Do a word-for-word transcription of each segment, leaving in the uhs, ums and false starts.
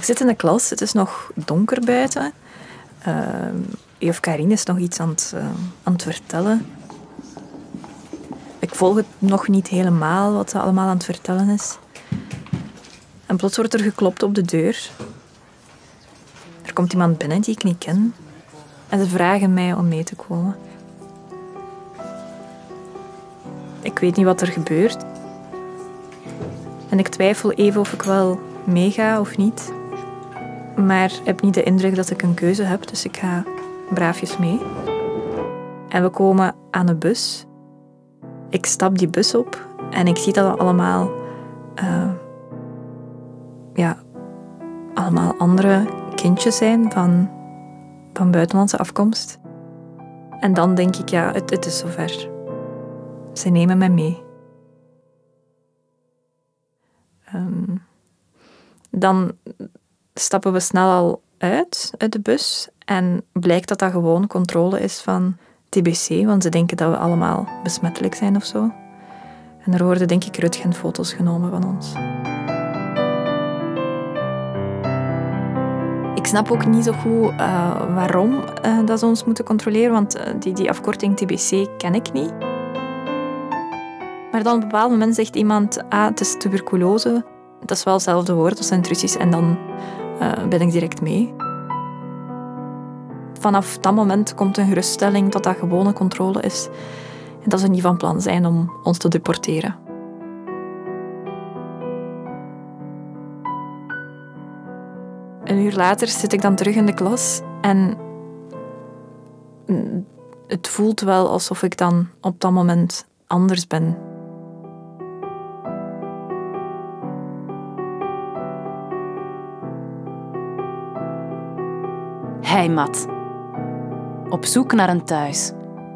Ik zit in de klas, het is nog donker buiten. Uh, juf Karin is nog iets aan het, uh, aan het vertellen. Ik volg het nog niet helemaal wat ze allemaal aan het vertellen is. En plots wordt er geklopt op de deur. Er komt iemand binnen die ik niet ken. En ze vragen mij om mee te komen. Ik weet niet wat er gebeurt. En ik twijfel even of ik wel meega of niet. Maar ik heb niet de indruk dat ik een keuze heb, dus ik ga braafjes mee. En we komen aan een bus. Ik stap die bus op en ik zie dat het allemaal... Uh, ja, allemaal andere kindjes zijn van, van buitenlandse afkomst. En dan denk ik, ja, het, het is zover. Ze nemen mij mee. Um, dan stappen we snel al uit, uit de bus. En blijkt dat dat gewoon controle is van T B C, want ze denken dat we allemaal besmettelijk zijn of zo. En er worden, denk ik, röntgenfoto's genomen van ons. Ik snap ook niet zo goed uh, waarom uh, dat ze ons moeten controleren, want uh, die, die afkorting T B C ken ik niet. Maar dan op een bepaald moment zegt iemand, ah, het is tuberculose. Dat is wel hetzelfde woord, dat zijn trucies. En dan uh, ben ik direct mee. Vanaf dat moment komt een geruststelling dat dat gewone controle is. En dat ze niet van plan zijn om ons te deporteren. Een uur later zit ik dan terug in de klas. En het voelt wel alsof ik dan op dat moment anders ben. Heimat. Op zoek naar een thuis.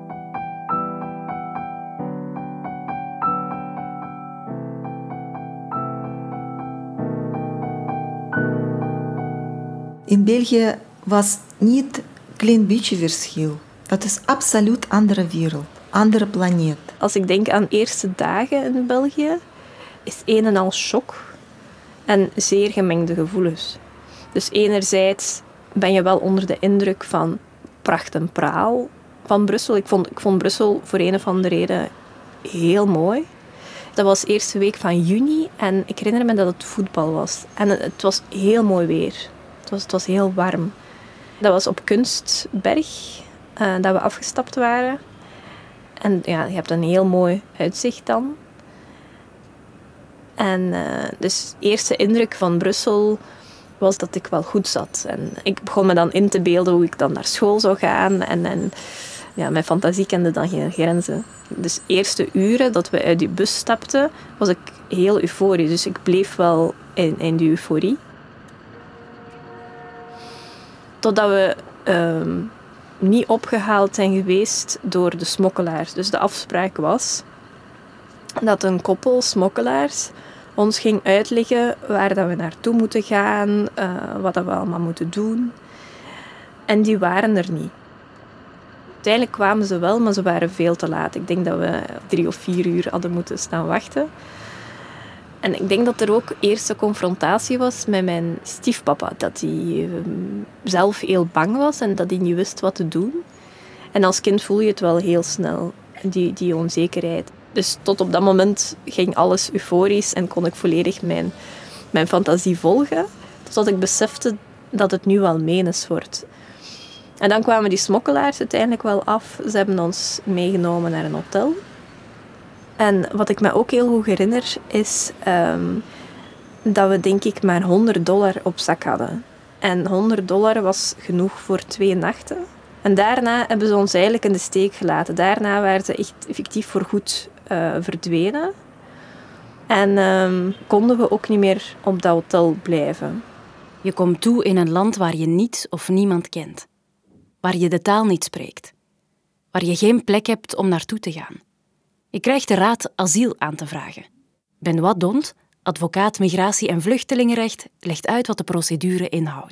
In België was niet een klein beetje verschil. Dat is absoluut een andere wereld, een andere planeet. Als ik denk aan eerste dagen in België, is een en al shock en zeer gemengde gevoelens. Dus enerzijds ben je wel onder de indruk van pracht en praal van Brussel. Ik vond, ik vond Brussel voor een of andere reden heel mooi. Dat was de eerste week van juni en ik herinner me dat het voetbal was. En het was heel mooi weer. Het was, het was heel warm. Dat was op Kunstberg, uh, dat we afgestapt waren. En ja, je hebt een heel mooi uitzicht dan. En uh, dus de eerste indruk van Brussel was dat ik wel goed zat. En ik begon me dan in te beelden hoe ik dan naar school zou gaan. En, en ja, mijn fantasie kende dan geen grenzen. Dus de eerste uren dat we uit die bus stapten, was ik heel euforisch. Dus ik bleef wel in, in die euforie. Totdat we uh, niet opgehaald zijn geweest door de smokkelaars. Dus de afspraak was dat een koppel smokkelaars ons ging uitleggen waar dat we naartoe moeten gaan, uh, wat dat we allemaal moeten doen. En die waren er niet. Uiteindelijk kwamen ze wel, maar ze waren veel te laat. Ik denk dat we drie of vier uur hadden moeten staan wachten. En ik denk dat er ook eerst een confrontatie was met mijn stiefpapa. Dat hij uh, zelf heel bang was en dat hij niet wist wat te doen. En als kind voel je het wel heel snel, die, die onzekerheid. Dus tot op dat moment ging alles euforisch en kon ik volledig mijn, mijn fantasie volgen. Totdat ik besefte dat het nu wel menens wordt. En dan kwamen die smokkelaars uiteindelijk wel af. Ze hebben ons meegenomen naar een hotel. En wat ik me ook heel goed herinner is um, dat we denk ik maar honderd dollar op zak hadden. En honderd dollar was genoeg voor twee nachten. En daarna hebben ze ons eigenlijk in de steek gelaten. Daarna waren ze echt effectief voorgoed uh, verdwenen. En um, konden we ook niet meer op dat hotel blijven. Je komt toe in een land waar je niets of niemand kent. Waar je de taal niet spreekt. Waar je geen plek hebt om naartoe te gaan. Je krijgt de raad asiel aan te vragen. Benoit Dont, advocaat migratie- en vluchtelingenrecht, legt uit wat de procedure inhoudt.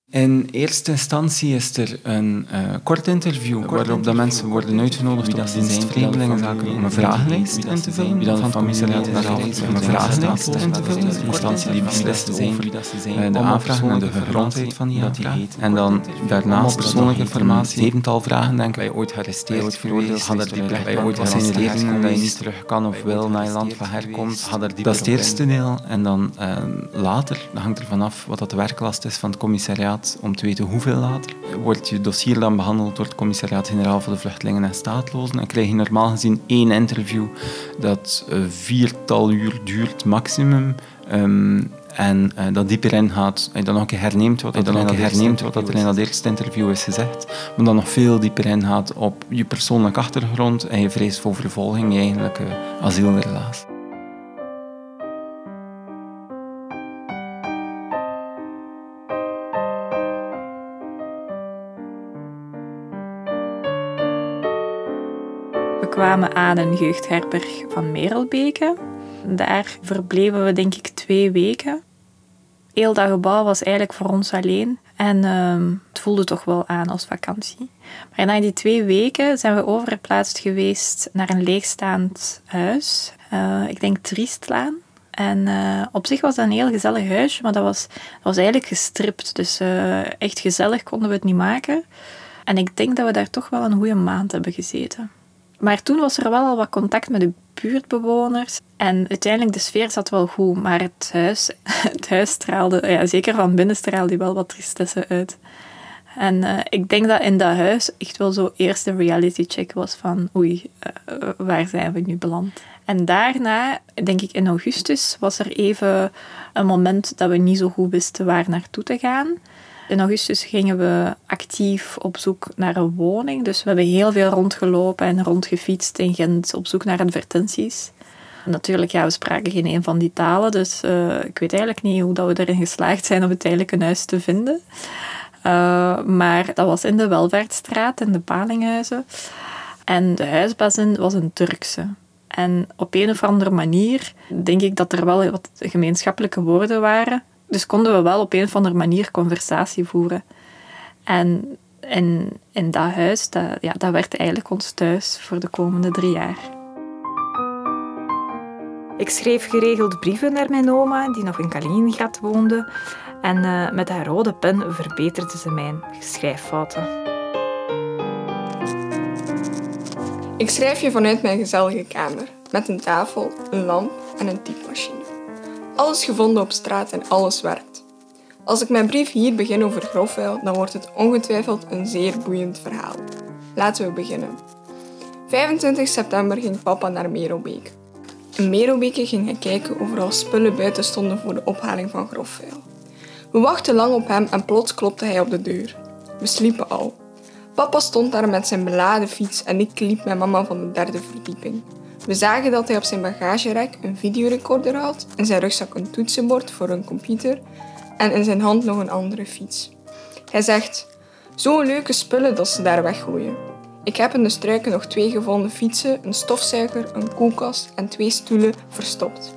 In eerste instantie is er een uh, kort interview waarop de mensen worden uitgenodigd op dienst Vreemdelingenzaken om een vragenlijst in te vullen. Wie dan van het commissariaat naar Aalst om een vragenlijst in te vullen. De instantie die beslist over uh, de aanvragen en de gegrondheid van die aanvraag. En dan daarnaast persoonlijke informatie. Een zevental vragen, denk ik. Ben je ooit gearresteerd geweest? Had er die plek bij ooit zijn redenen dat je niet terug kan of wil naar je land van herkomst? Dat is het eerste deel. En dan uh, later, dat hangt er vanaf wat dat de werklast is van het commissariaat, om te weten hoeveel later, wordt je dossier dan behandeld door het Commissariaat-Generaal voor de Vluchtelingen en Staatlozen en krijg je normaal gezien één interview dat uh, viertal uur duurt maximum. Um, en uh, dat dieper ingaat, en dan nog een keer herneemt wat, dan nog herneemt wat er in dat eerste interview is gezegd, maar dan nog veel dieper ingaat op je persoonlijke achtergrond en je vrees voor vervolging, je eigenlijke asielrelatie. We kwamen aan in een jeugdherberg van Merelbeke. Daar verbleven we denk ik twee weken. Heel dat gebouw was eigenlijk voor ons alleen. En uh, het voelde toch wel aan als vakantie. Maar na die twee weken zijn we overgeplaatst geweest naar een leegstaand huis. Uh, ik denk Triestlaan. En uh, op zich was dat een heel gezellig huisje, maar dat was, dat was eigenlijk gestript. Dus uh, echt gezellig konden we het niet maken. En ik denk dat we daar toch wel een goede maand hebben gezeten. Maar toen was er wel al wat contact met de buurtbewoners. En uiteindelijk, de sfeer zat wel goed. Maar het huis, het huis straalde, ja, zeker van binnen straalde wel wat tristesse uit. En uh, ik denk dat in dat huis echt wel zo eerst de reality check was van oei, uh, waar zijn we nu beland? En daarna, denk ik in augustus, was er even een moment dat we niet zo goed wisten waar naartoe te gaan. In augustus gingen we actief op zoek naar een woning. Dus we hebben heel veel rondgelopen en rondgefietst in Gent op zoek naar advertenties. Natuurlijk, ja, we spraken geen een van die talen. Dus uh, ik weet eigenlijk niet hoe dat we erin geslaagd zijn om uiteindelijk een huis te vinden. Uh, maar dat was in de Welvaartsstraat, in de Palinghuizen. En de huisbazin was een Turkse. En op een of andere manier denk ik dat er wel wat gemeenschappelijke woorden waren. Dus konden we wel op een of andere manier conversatie voeren. En in, in dat huis, dat, ja, dat werd eigenlijk ons thuis voor de komende drie jaar. Ik schreef geregeld brieven naar mijn oma, die nog in Kaliningrad woonde. En uh, met haar rode pen verbeterde ze mijn schrijffouten. Ik schrijf je vanuit mijn gezellige kamer, met een tafel, een lamp en een typemachine. Alles gevonden op straat en alles werkt. Als ik mijn brief hier begin over Grofvuil, dan wordt het ongetwijfeld een zeer boeiend verhaal. Laten we beginnen. vijfentwintig september ging papa naar Merelbeke. In Merelbeke ging hij kijken of er al spullen buiten stonden voor de ophaling van Grofvuil. We wachten lang op hem en plots klopte hij op de deur. We sliepen al. Papa stond daar met zijn beladen fiets en ik liep met mama van de derde verdieping. We zagen dat hij op zijn bagagerek een videorecorder had, in zijn rugzak een toetsenbord voor een computer en in zijn hand nog een andere fiets. Hij zegt, zo'n leuke spullen dat ze daar weggooien. Ik heb in de struiken nog twee gevonden fietsen, een stofzuiger, een koelkast en twee stoelen verstopt.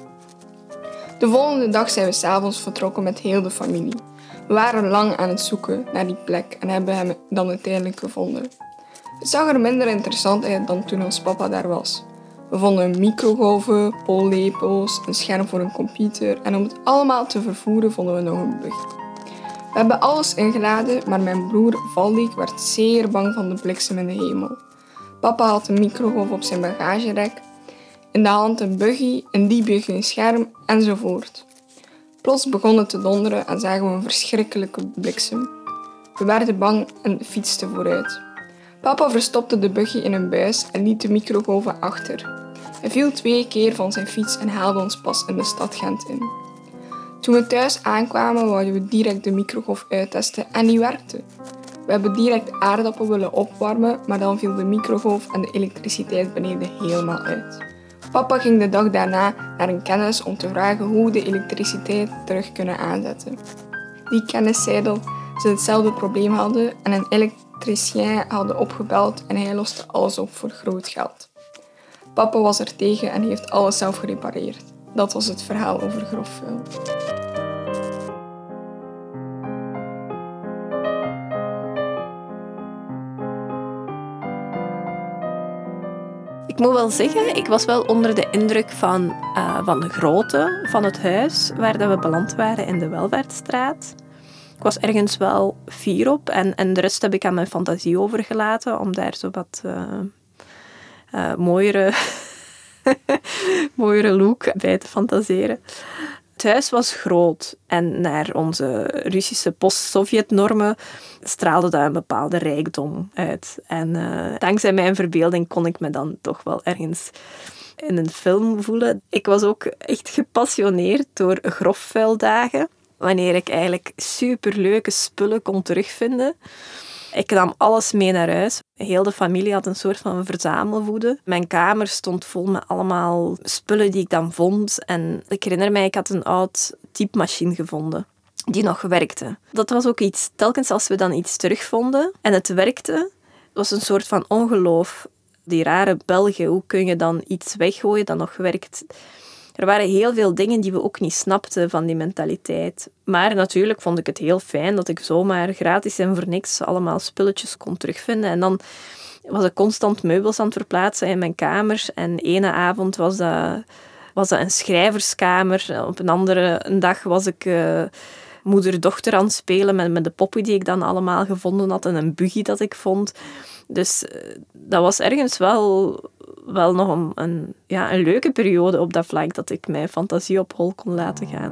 De volgende dag zijn we 's avonds vertrokken met heel de familie. We waren lang aan het zoeken naar die plek en hebben hem dan uiteindelijk gevonden. Het zag er minder interessant uit dan toen ons papa daar was. We vonden microgolven, pollepels, een scherm voor een computer en om het allemaal te vervoeren vonden we nog een buggy. We hebben alles ingeladen, maar mijn broer Valdik werd zeer bang van de bliksem in de hemel. Papa had een microgolf op zijn bagagerek, in de hand een buggy, in die buggy een scherm enzovoort. Plots begon het te donderen en zagen we een verschrikkelijke bliksem. We werden bang en fietsten vooruit. Papa verstopte de buggy in een buis en liet de microgolven achter. Hij viel twee keer van zijn fiets en haalde ons pas in de stad Gent in. Toen we thuis aankwamen, wouden we direct de microgolf uittesten en die werkte. We hebben direct aardappel willen opwarmen, maar dan viel de microgolf en de elektriciteit beneden helemaal uit. Papa ging de dag daarna naar een kennis om te vragen hoe we de elektriciteit terug kunnen aanzetten. Die kennis zei dat ze hetzelfde probleem hadden en een elektricien hadden opgebeld en hij loste alles op voor groot geld. Papa was er tegen en heeft alles zelf gerepareerd. Dat was het verhaal over Grofvuil. Ik moet wel zeggen, ik was wel onder de indruk van, uh, van de grootte van het huis waar dat we beland waren in de Welvaartsstraat. Ik was ergens wel fier op en, en de rest heb ik aan mijn fantasie overgelaten om daar zo wat uh, uh, mooiere, mooiere look bij te fantaseren. Het huis was groot en naar onze Russische post-Sovjet-normen straalde dat een bepaalde rijkdom uit. En uh, dankzij mijn verbeelding kon ik me dan toch wel ergens in een film voelen. Ik was ook echt gepassioneerd door grofvuildagen, wanneer ik eigenlijk superleuke spullen kon terugvinden. Ik nam alles mee naar huis. Heel de familie had een soort van verzamelwoede. Mijn kamer stond vol met allemaal spullen die ik dan vond. En ik herinner mij, ik had een oud typemachine gevonden die nog werkte. Dat was ook iets, telkens als we dan iets terugvonden en het werkte, was een soort van ongeloof. Die rare Belgen, hoe kun je dan iets weggooien dat nog werkt? Er waren heel veel dingen die we ook niet snapten van die mentaliteit. Maar natuurlijk vond ik het heel fijn dat ik zomaar gratis en voor niks allemaal spulletjes kon terugvinden. En dan was ik constant meubels aan het verplaatsen in mijn kamer. En ene avond was dat, was dat een schrijverskamer. Op een andere een dag was ik uh, moeder-dochter aan het spelen met, met de poppen die ik dan allemaal gevonden had. En een buggy dat ik vond. Dus uh, dat was ergens wel... wel nog een, een, ja, een leuke periode op dat vlak, dat ik mijn fantasie op hol kon laten gaan.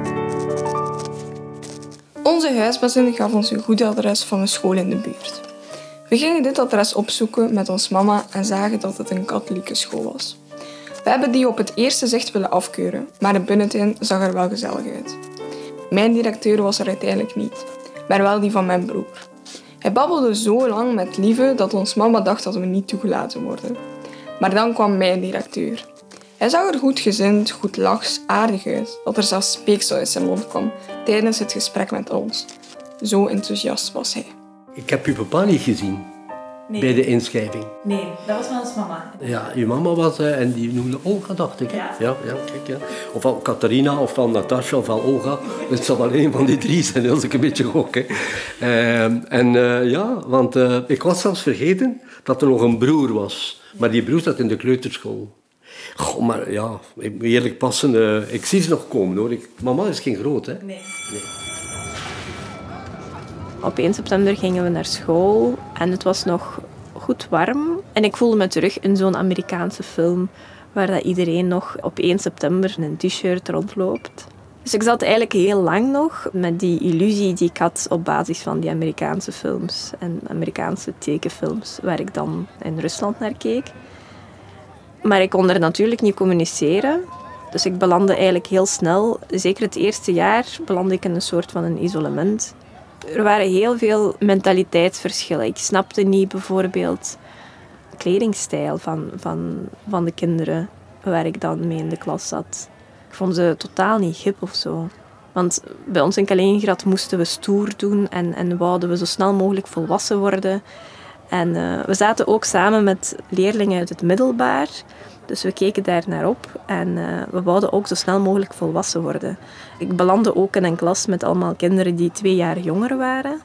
Onze huisbazin gaf ons een goed adres van een school in de buurt. We gingen dit adres opzoeken met ons mama en zagen dat het een katholieke school was. We hebben die op het eerste zicht willen afkeuren, maar de binnentuin zag er wel gezellig uit. Mijn directeur was er uiteindelijk niet, maar wel die van mijn broer. Hij babbelde zo lang met Lieve dat ons mama dacht dat we niet toegelaten worden. Maar dan kwam mijn directeur. Hij zag er goed gezind, goed lachs, aardig uit, dat er zelfs speeksel uit zijn mond kwam tijdens het gesprek met ons. Zo enthousiast was hij. Ik heb uw papa niet gezien nee. bij de inschrijving. Nee, dat was wel ons mama. Ja, uw mama was, uh, en die noemde Olga, dacht ik. Ja. Ja, ja, kijk, ja. Ofwel Catharina, ofwel Natasja, ofwel Olga. Het zal wel een van die drie zijn, als ik een beetje gok. Hè. Uh, en uh, ja, want uh, ik was zelfs vergeten dat er nog een broer was. Maar die broer zat in de kleuterschool. Goh, maar ja, ik moet eerlijk passen. Uh, ik zie ze nog komen, hoor. Ik, mama is geen groot, hè. Nee. nee. Op één september gingen we naar school en het was nog goed warm. En ik voelde me terug in zo'n Amerikaanse film waar dat iedereen nog op één september in een t-shirt rondloopt. Dus ik zat eigenlijk heel lang nog met die illusie die ik had op basis van die Amerikaanse films en Amerikaanse tekenfilms waar ik dan in Rusland naar keek. Maar ik kon er natuurlijk niet communiceren. Dus ik belandde eigenlijk heel snel, zeker het eerste jaar, belandde ik in een soort van een isolement. Er waren heel veel mentaliteitsverschillen. Ik snapte niet bijvoorbeeld de kledingstijl van, van, van de kinderen waar ik dan mee in de klas zat. Ik vond ze totaal niet hip of zo. Want bij ons in Kaliningrad moesten we stoer doen en, en wouden we zo snel mogelijk volwassen worden. En uh, we zaten ook samen met leerlingen uit het middelbaar. Dus we keken daar naar op en uh, we wouden ook zo snel mogelijk volwassen worden. Ik belandde ook in een klas met allemaal kinderen die twee jaar jonger waren.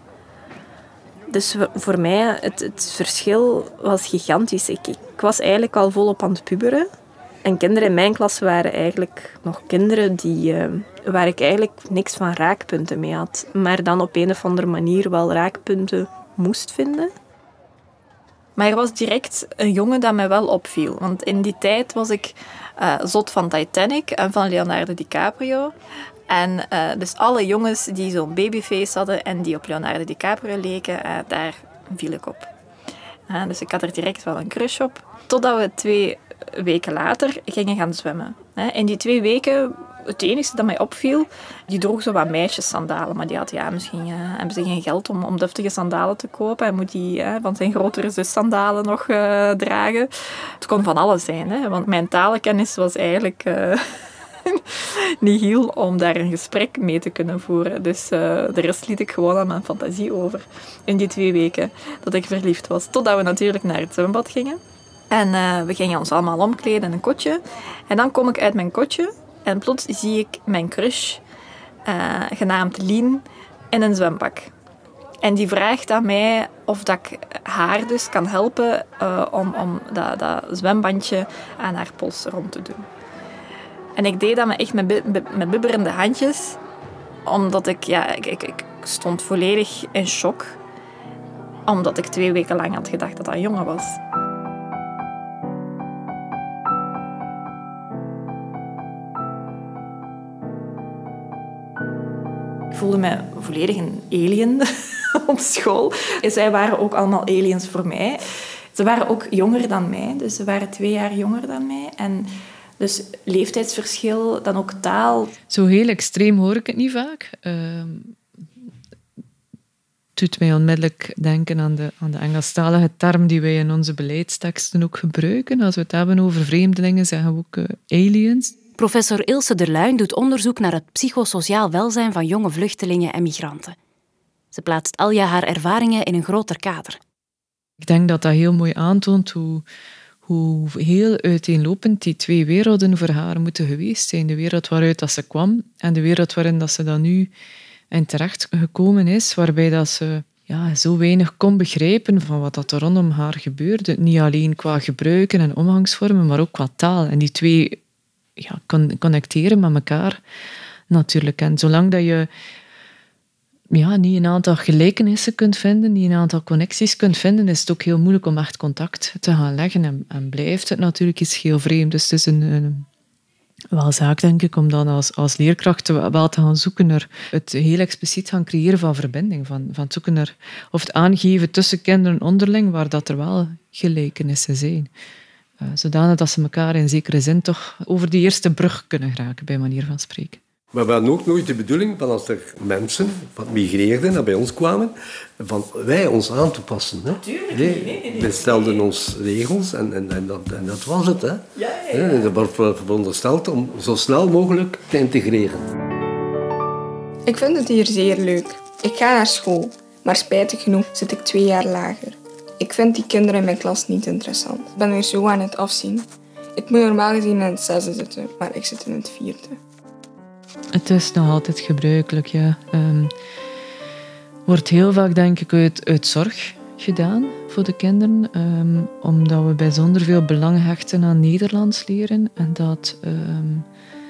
Dus voor mij, het, het verschil was gigantisch. Ik, ik was eigenlijk al volop aan het puberen. En kinderen in mijn klas waren eigenlijk nog kinderen die, uh, waar ik eigenlijk niks van raakpunten mee had. Maar dan op een of andere manier wel raakpunten moest vinden. Maar er was direct een jongen dat mij wel opviel. Want in die tijd was ik uh, zot van Titanic en van Leonardo DiCaprio. En uh, dus alle jongens die zo'n babyface hadden en die op Leonardo DiCaprio leken, uh, daar viel ik op. Uh, dus ik had er direct wel een crush op. Totdat we twee weken later gingen gaan zwemmen. Uh, in die twee weken, het enige dat mij opviel, die droeg zo wat meisjessandalen. Maar die had, ja, misschien uh, hebben ze geen geld om, om deftige sandalen te kopen. Hij moet die uh, van zijn grotere zus sandalen nog uh, dragen. Het kon van alles zijn, hè, want mijn talenkennis was eigenlijk uh, niet heel om daar een gesprek mee te kunnen voeren. Dus uh, de rest liet ik gewoon aan mijn fantasie over in die twee weken dat ik verliefd was. Totdat we natuurlijk naar het zwembad gingen. En uh, we gingen ons allemaal omkleden in een kotje. En dan kom ik uit mijn kotje en plots zie ik mijn crush, uh, genaamd Lien, in een zwembak. En die vraagt aan mij of dat ik haar dus kan helpen uh, om, om dat, dat zwembandje aan haar pols rond te doen. En ik deed dat met, echt met, met bibberende handjes, omdat ik, ja, ik, ik, ik stond volledig in shock. Omdat ik twee weken lang had gedacht dat dat een jongen was. Ik voelde me volledig een alien op school. En zij waren ook allemaal aliens voor mij. Ze waren ook jonger dan mij, dus ze waren twee jaar jonger dan mij. En dus leeftijdsverschil, dan ook taal. Zo heel extreem hoor ik het niet vaak. Uh, Het doet mij onmiddellijk denken aan de, aan de Engelstalige term die wij in onze beleidsteksten ook gebruiken. Als we het hebben over vreemdelingen, zeggen we ook uh, aliens. Professor Ilse der Luijn doet onderzoek naar het psychosociaal welzijn van jonge vluchtelingen en migranten. Ze plaatst Alja haar ervaringen in een groter kader. Ik denk dat dat heel mooi aantoont hoe, hoe heel uiteenlopend die twee werelden voor haar moeten geweest zijn. De wereld waaruit dat ze kwam en de wereld waarin dat ze dan nu in terecht gekomen is, waarbij dat ze ja, zo weinig kon begrijpen van wat dat er rondom haar gebeurde. Niet alleen qua gebruiken en omgangsvormen, maar ook qua taal. En die twee ja, con- connecteren met elkaar natuurlijk. En zolang dat je ja, niet een aantal gelijkenissen kunt vinden, niet een aantal connecties kunt vinden, is het ook heel moeilijk om echt contact te gaan leggen. En, en blijft het natuurlijk iets heel vreemd. Dus het is een, een wel zaak, denk ik, om dan als, als leerkracht wel te gaan zoeken naar het heel expliciet gaan creëren van verbinding. Van, van het zoeken naar, of het aangeven tussen kinderen onderling, waar dat er wel gelijkenissen zijn. Uh, zodanig dat ze elkaar in zekere zin toch over die eerste brug kunnen geraken, bij manier van spreken. Maar we hadden ook nooit de bedoeling van als er mensen wat migreerden en bij ons kwamen, van wij ons aan te passen. Hè? Tuurlijk, nee, nee, nee, nee, we stelden ons regels en, en, en, dat, en dat was het. Hè? Ja, ja, ja. Dat wordt verondersteld om zo snel mogelijk te integreren. Ik vind het hier zeer leuk. Ik ga naar school, maar spijtig genoeg zit ik twee jaar lager. Ik vind die kinderen in mijn klas niet interessant. Ik ben er zo aan het afzien. Ik moet normaal gezien in het zesde zitten, maar ik zit in het vierde. Het is nog altijd gebruikelijk, ja. Um, wordt heel vaak, denk ik, uit, uit zorg gedaan voor de kinderen. Um, omdat we bijzonder veel belang hechten aan Nederlands leren. En dat um,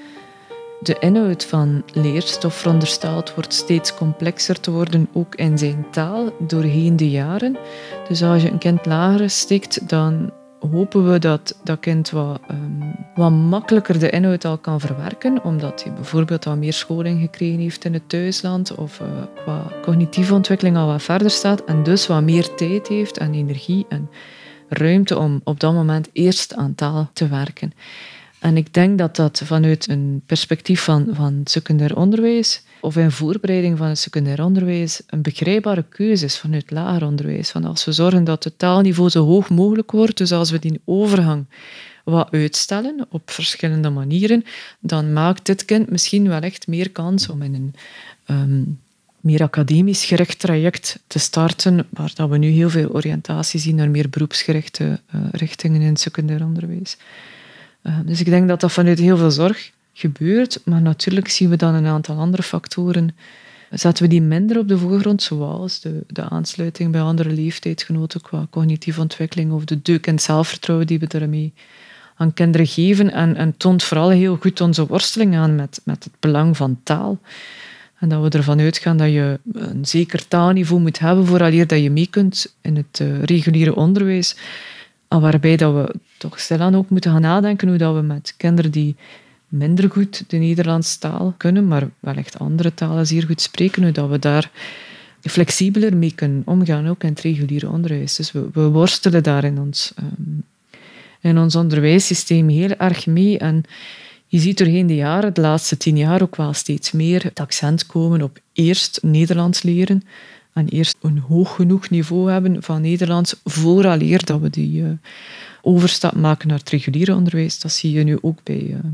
de inhoud van leerstof verondersteld wordt steeds complexer te worden, ook in zijn taal, doorheen de jaren. Dus als je een kind lager steekt, dan hopen we dat dat kind wat, um, wat makkelijker de inhoud al kan verwerken, omdat hij bijvoorbeeld wat meer scholing gekregen heeft in het thuisland of uh, qua cognitieve ontwikkeling al wat verder staat en dus wat meer tijd heeft en energie en ruimte om op dat moment eerst aan taal te werken. En ik denk dat dat vanuit een perspectief van, van secundair onderwijs of in voorbereiding van het secundair onderwijs een begrijpbare keuze is vanuit lager onderwijs. Van als we zorgen dat het taalniveau zo hoog mogelijk wordt, dus als we die overgang wat uitstellen op verschillende manieren, dan maakt dit kind misschien wel echt meer kans om in een um, meer academisch gericht traject te starten, waar dat we nu heel veel oriëntatie zien naar meer beroepsgerichte uh, richtingen in het secundair onderwijs. Uh, dus ik denk dat dat vanuit heel veel zorg gebeurt, maar natuurlijk zien we dan een aantal andere factoren. Zetten we die minder op de voorgrond, zoals de, de aansluiting bij andere leeftijdsgenoten qua cognitieve ontwikkeling of de deuk en zelfvertrouwen die we daarmee aan kinderen geven. En, en toont vooral heel goed onze worsteling aan met, met het belang van taal. En dat we ervan uitgaan dat je een zeker taalniveau moet hebben vooraleer dat je mee kunt in het uh, reguliere onderwijs. En waarbij dat we toch stilaan ook moeten gaan nadenken hoe dat we met kinderen die minder goed de Nederlandse taal kunnen, maar wel echt andere talen zeer goed spreken, hoe dat we daar flexibeler mee kunnen omgaan, ook in het reguliere onderwijs. Dus we, we worstelen daar in ons, um, in ons onderwijssysteem heel erg mee. En je ziet doorheen de jaren, de laatste tien jaar ook wel steeds meer het accent komen op eerst Nederlands leren en eerst een hoog genoeg niveau hebben van Nederlands vooraleer dat we die uh, overstap maken naar het reguliere onderwijs. Dat zie je nu ook bij uh,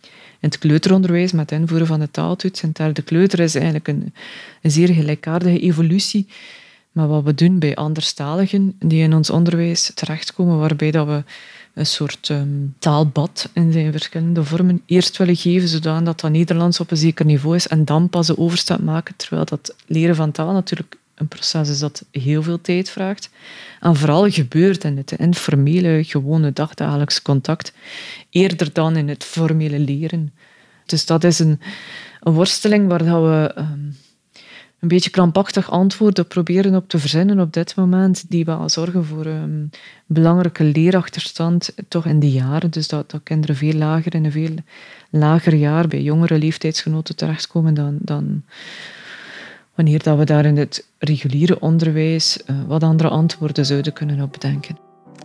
in het kleuteronderwijs met het invoeren van de taaltoets. En derde kleuter is eigenlijk een, een zeer gelijkaardige evolutie. Maar wat we doen bij anderstaligen die in ons onderwijs terechtkomen, waarbij dat we een soort um, taalbad in zijn verschillende vormen eerst willen geven, zodat dat Nederlands op een zeker niveau is en dan pas de overstap maken, terwijl dat leren van taal natuurlijk een proces is dat heel veel tijd vraagt. En vooral gebeurt in het informele, gewone dagdagelijks contact, eerder dan in het formele leren. Dus dat is een, een worsteling waar we um, een beetje krampachtig antwoorden proberen op te verzinnen op dit moment, die wel zorgen voor een um, belangrijke leerachterstand toch in die jaren. Dus dat, dat kinderen veel lager in een veel lager jaar bij jongere leeftijdsgenoten terechtkomen dan, dan wanneer dat we daar in het reguliere onderwijs uh, wat andere antwoorden zouden kunnen op bedenken.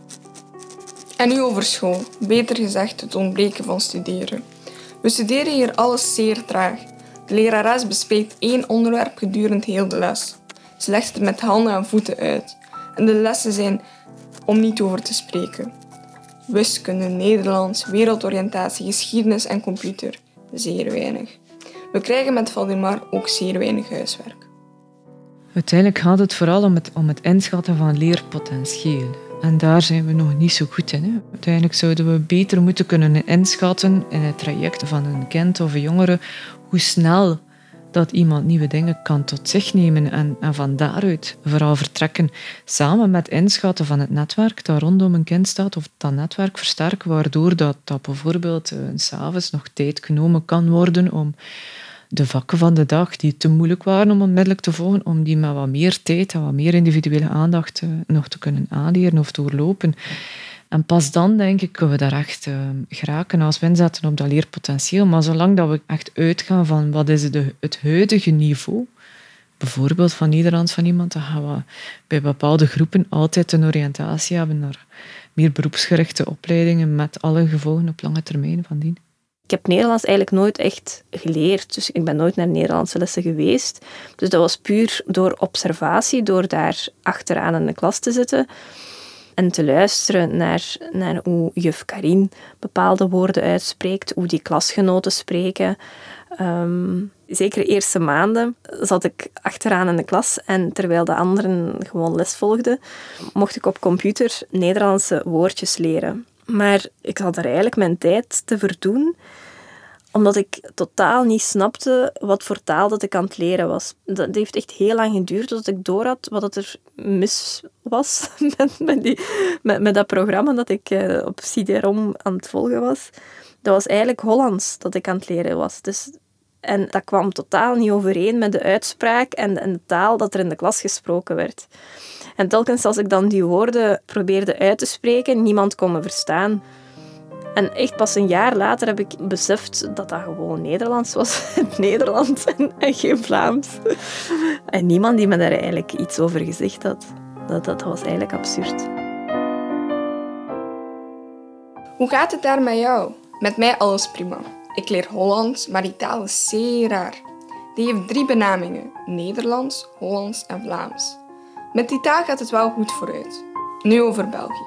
En nu over school. Beter gezegd het ontbreken van studeren. We studeren hier alles zeer traag. De lerares bespreekt één onderwerp gedurende heel de les. Ze legt het met handen en voeten uit. En de lessen zijn om niet over te spreken. Wiskunde, Nederlands, wereldoriëntatie, geschiedenis en computer. Zeer weinig. We krijgen met Valdemar ook zeer weinig huiswerk. Uiteindelijk gaat het vooral om het, om het inschatten van leerpotentieel. En daar zijn we nog niet zo goed in. Hè. Uiteindelijk zouden we beter moeten kunnen inschatten in het traject van een kind of een jongere hoe snel dat iemand nieuwe dingen kan tot zich nemen en, en van daaruit vooral vertrekken, samen met inschatten van het netwerk dat rondom een kind staat, of dat netwerk versterken, waardoor dat, dat bijvoorbeeld uh, 's avonds nog tijd genomen kan worden om de vakken van de dag die te moeilijk waren om onmiddellijk te volgen, om die met wat meer tijd en wat meer individuele aandacht uh, nog te kunnen aanleren of doorlopen. En pas dan, denk ik, kunnen we daar echt uh, geraken als we inzetten op dat leerpotentieel. Maar zolang dat we echt uitgaan van wat is de, het huidige niveau, bijvoorbeeld van Nederlands van iemand, dan gaan we bij bepaalde groepen altijd een oriëntatie hebben naar meer beroepsgerichte opleidingen met alle gevolgen op lange termijn van dien. Ik heb Nederlands eigenlijk nooit echt geleerd. Dus ik ben nooit naar Nederlandse lessen geweest. Dus dat was puur door observatie, door daar achteraan in de klas te zitten en te luisteren naar, naar hoe juf Karin bepaalde woorden uitspreekt, hoe die klasgenoten spreken. Um, zeker de eerste maanden zat ik achteraan in de klas en terwijl de anderen gewoon les volgden, mocht ik op computer Nederlandse woordjes leren. Maar ik had er eigenlijk mijn tijd te verdoen, omdat ik totaal niet snapte wat voor taal dat ik aan het leren was. Dat heeft echt heel lang geduurd tot ik doorhad wat er mis was met, met, die, met, met dat programma dat ik uh, op C D-ROM aan het volgen was. Dat was eigenlijk Hollands dat ik aan het leren was. Dus, en dat kwam totaal niet overeen met de uitspraak en, en de taal dat er in de klas gesproken werd. En telkens als ik dan die woorden probeerde uit te spreken, niemand kon me verstaan. En echt pas een jaar later heb ik beseft dat dat gewoon Nederlands was. Het Nederlands en, en geen Vlaams. En niemand die me daar eigenlijk iets over gezegd had. Dat, dat was eigenlijk absurd. Hoe gaat het daar met jou? Met mij alles prima. Ik leer Hollands, maar die taal is zeer raar. Die heeft drie benamingen. Nederlands, Hollands en Vlaams. Met die taal gaat het wel goed vooruit. Nu over België.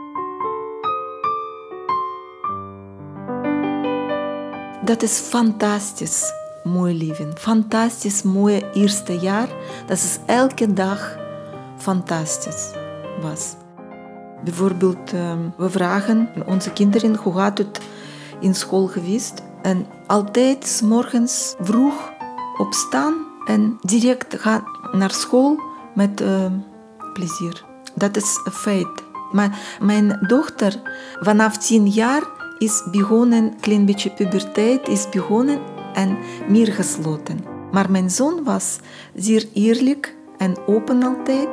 Dat is fantastisch mooi leven. Fantastisch mooi eerste jaar. Dat is elke dag fantastisch was. Bijvoorbeeld, we vragen onze kinderen hoe gaat het in school geweest. En altijd 's morgens vroeg opstaan en direct gaan naar school met uh, plezier. Dat is een feit. Maar mijn dochter vanaf tien jaar is begonnen, een klein beetje puberteit is begonnen en meer gesloten. Maar mijn zoon was zeer eerlijk en open altijd.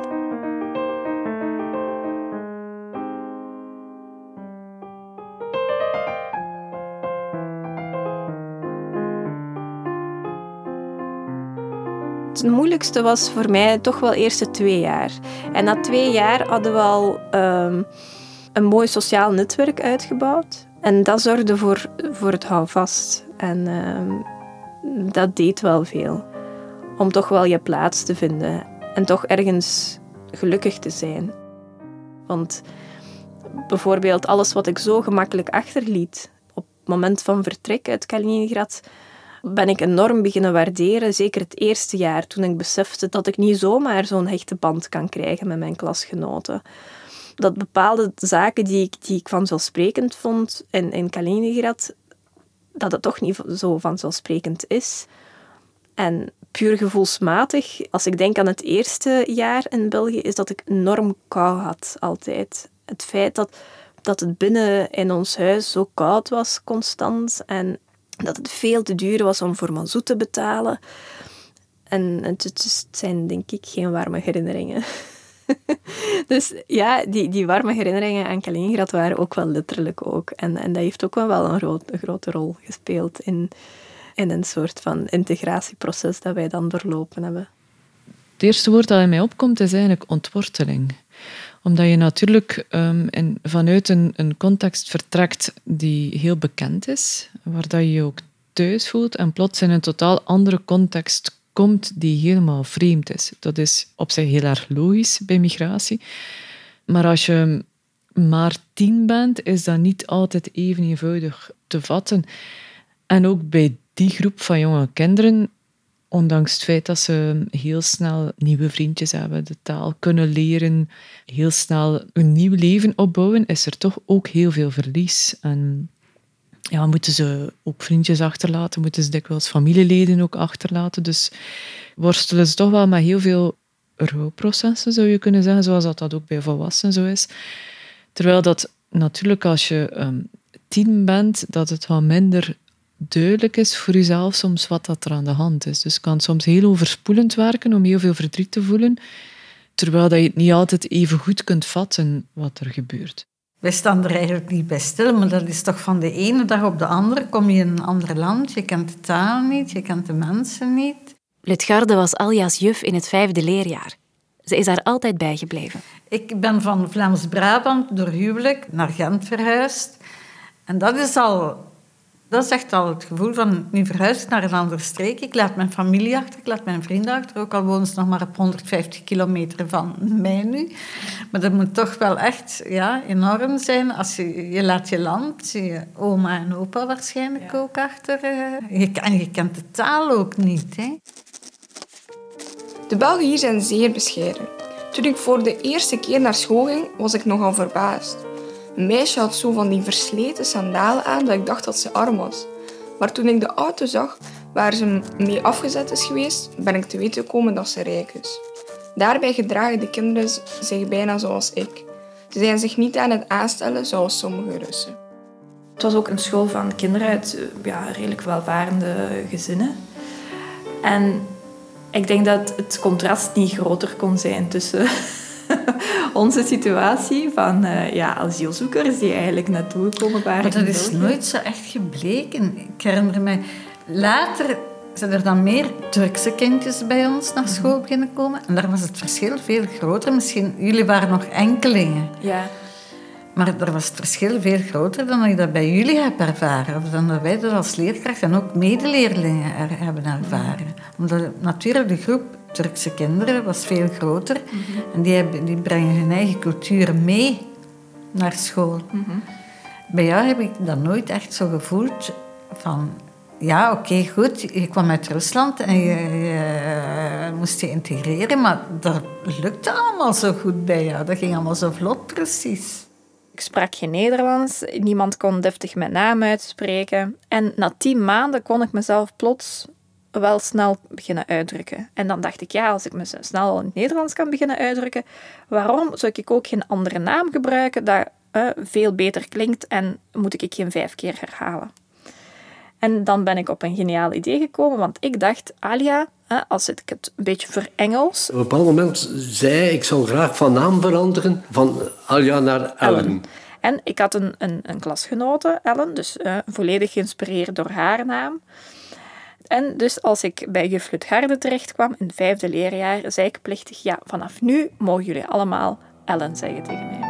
Het moeilijkste was voor mij toch wel eerst de twee jaar. En na twee jaar hadden we al um, een mooi sociaal netwerk uitgebouwd. En dat zorgde voor, voor het houvast. En um, dat deed wel veel. Om toch wel je plaats te vinden. En toch ergens gelukkig te zijn. Want bijvoorbeeld alles wat ik zo gemakkelijk achterliet op het moment van vertrek uit Kaliningrad, ben ik enorm beginnen waarderen, zeker het eerste jaar, toen ik besefte dat ik niet zomaar zo'n hechte band kan krijgen met mijn klasgenoten. Dat bepaalde zaken die ik, die ik vanzelfsprekend vond in, in Kaliningrad, dat het toch niet zo vanzelfsprekend is. En puur gevoelsmatig, als ik denk aan het eerste jaar in België, is dat ik enorm kou had, altijd. Het feit dat, dat het binnen in ons huis zo koud was, constant, en dat het veel te duur was om voor mazoet te betalen. En het, het zijn, denk ik, geen warme herinneringen. Dus ja, die, die warme herinneringen aan Kaliningrad waren ook wel letterlijk ook. En, en dat heeft ook wel een, groot, een grote rol gespeeld in, in een soort van integratieproces dat wij dan doorlopen hebben. Het eerste woord dat in mij opkomt is eigenlijk ontworteling. Omdat je natuurlijk um, in, vanuit een, een context vertrekt die heel bekend is, waar dat je je ook thuis voelt, en plots in een totaal andere context komt die helemaal vreemd is. Dat is op zich heel erg logisch bij migratie. Maar als je maar tien bent, is dat niet altijd even eenvoudig te vatten. En ook bij die groep van jonge kinderen, ondanks het feit dat ze heel snel nieuwe vriendjes hebben, de taal kunnen leren, heel snel een nieuw leven opbouwen, is er toch ook heel veel verlies. En ja, moeten ze ook vriendjes achterlaten, moeten ze dikwijls familieleden ook achterlaten. Dus worstelen ze toch wel met heel veel rouwprocessen, zou je kunnen zeggen, zoals dat, dat ook bij volwassenen zo is. Terwijl dat natuurlijk als je um, tien bent, dat het wat minder duidelijk is voor jezelf soms wat dat er aan de hand is. Dus het kan soms heel overspoelend werken om heel veel verdriet te voelen, terwijl dat je het niet altijd even goed kunt vatten wat er gebeurt. Wij staan er eigenlijk niet bij stil, maar dat is toch van de ene dag op de andere kom je in een ander land, je kent de taal niet, je kent de mensen niet. Lutgarde was Alja's juf in het vijfde leerjaar. Ze is daar altijd bijgebleven. Ik ben van Vlaams-Brabant door huwelijk naar Gent verhuisd. En dat is al... Dat is echt al het gevoel van, nu verhuis ik naar een andere streek. Ik laat mijn familie achter, ik laat mijn vrienden achter. Ook al wonen ze nog maar op honderdvijftig kilometer van mij nu. Maar dat moet toch wel echt ja, enorm zijn. Als je, je laat je land, je oma en opa waarschijnlijk ja. ook achter. Je, en je kent de taal ook niet. Hè. De Belgen hier zijn zeer bescheiden. Toen ik voor de eerste keer naar school ging, was ik nogal verbaasd. Een meisje had zo van die versleten sandalen aan dat ik dacht dat ze arm was. Maar toen ik de auto zag waar ze mee afgezet is geweest, ben ik te weten gekomen dat ze rijk is. Daarbij gedragen de kinderen zich bijna zoals ik. Ze zijn zich niet aan het aanstellen zoals sommige Russen. Het was ook een school van kinderen uit ja, redelijk welvarende gezinnen. En ik denk dat het contrast niet groter kon zijn tussen onze situatie van uh, ja, asielzoekers die eigenlijk naartoe komen waren. Maar dat is nooit zo echt gebleken. Ik herinner me, later zijn er dan meer Turkse kindjes bij ons naar school beginnen komen. En daar was het verschil veel groter. Misschien, jullie waren nog enkelingen. Ja. Maar daar was het verschil veel groter dan ik dat bij jullie heb ervaren. Of dan dat wij dat als leerkracht en ook medeleerlingen er, hebben ervaren. Omdat natuurlijk de groep Turkse kinderen was veel groter. Mm-hmm. En die, hebben, die brengen hun eigen cultuur mee naar school. Mm-hmm. Bij jou heb ik dat nooit echt zo gevoeld van... Ja, oké, okay, goed, je kwam uit Rusland en je, je moest je integreren, maar dat lukte allemaal zo goed bij jou. Dat ging allemaal zo vlot, precies. Ik sprak geen Nederlands, niemand kon deftig mijn naam uitspreken. En na tien maanden kon ik mezelf plots wel snel beginnen uitdrukken. En dan dacht ik, ja, als ik me snel in het Nederlands kan beginnen uitdrukken, waarom zou ik ook geen andere naam gebruiken dat uh, veel beter klinkt en moet ik geen vijf keer herhalen? En dan ben ik op een geniaal idee gekomen, want ik dacht, Alia, als ik het een beetje verengels... Op een bepaald moment zei ik zou graag van naam veranderen, van Alia naar Ellen. Ellen. En ik had een, een, een klasgenote, Ellen, dus uh, volledig geïnspireerd door haar naam. En dus als ik bij juf Lutgarde terecht kwam, in het vijfde leerjaar, zei ik plichtig, ja, vanaf nu mogen jullie allemaal Ellen zeggen tegen mij.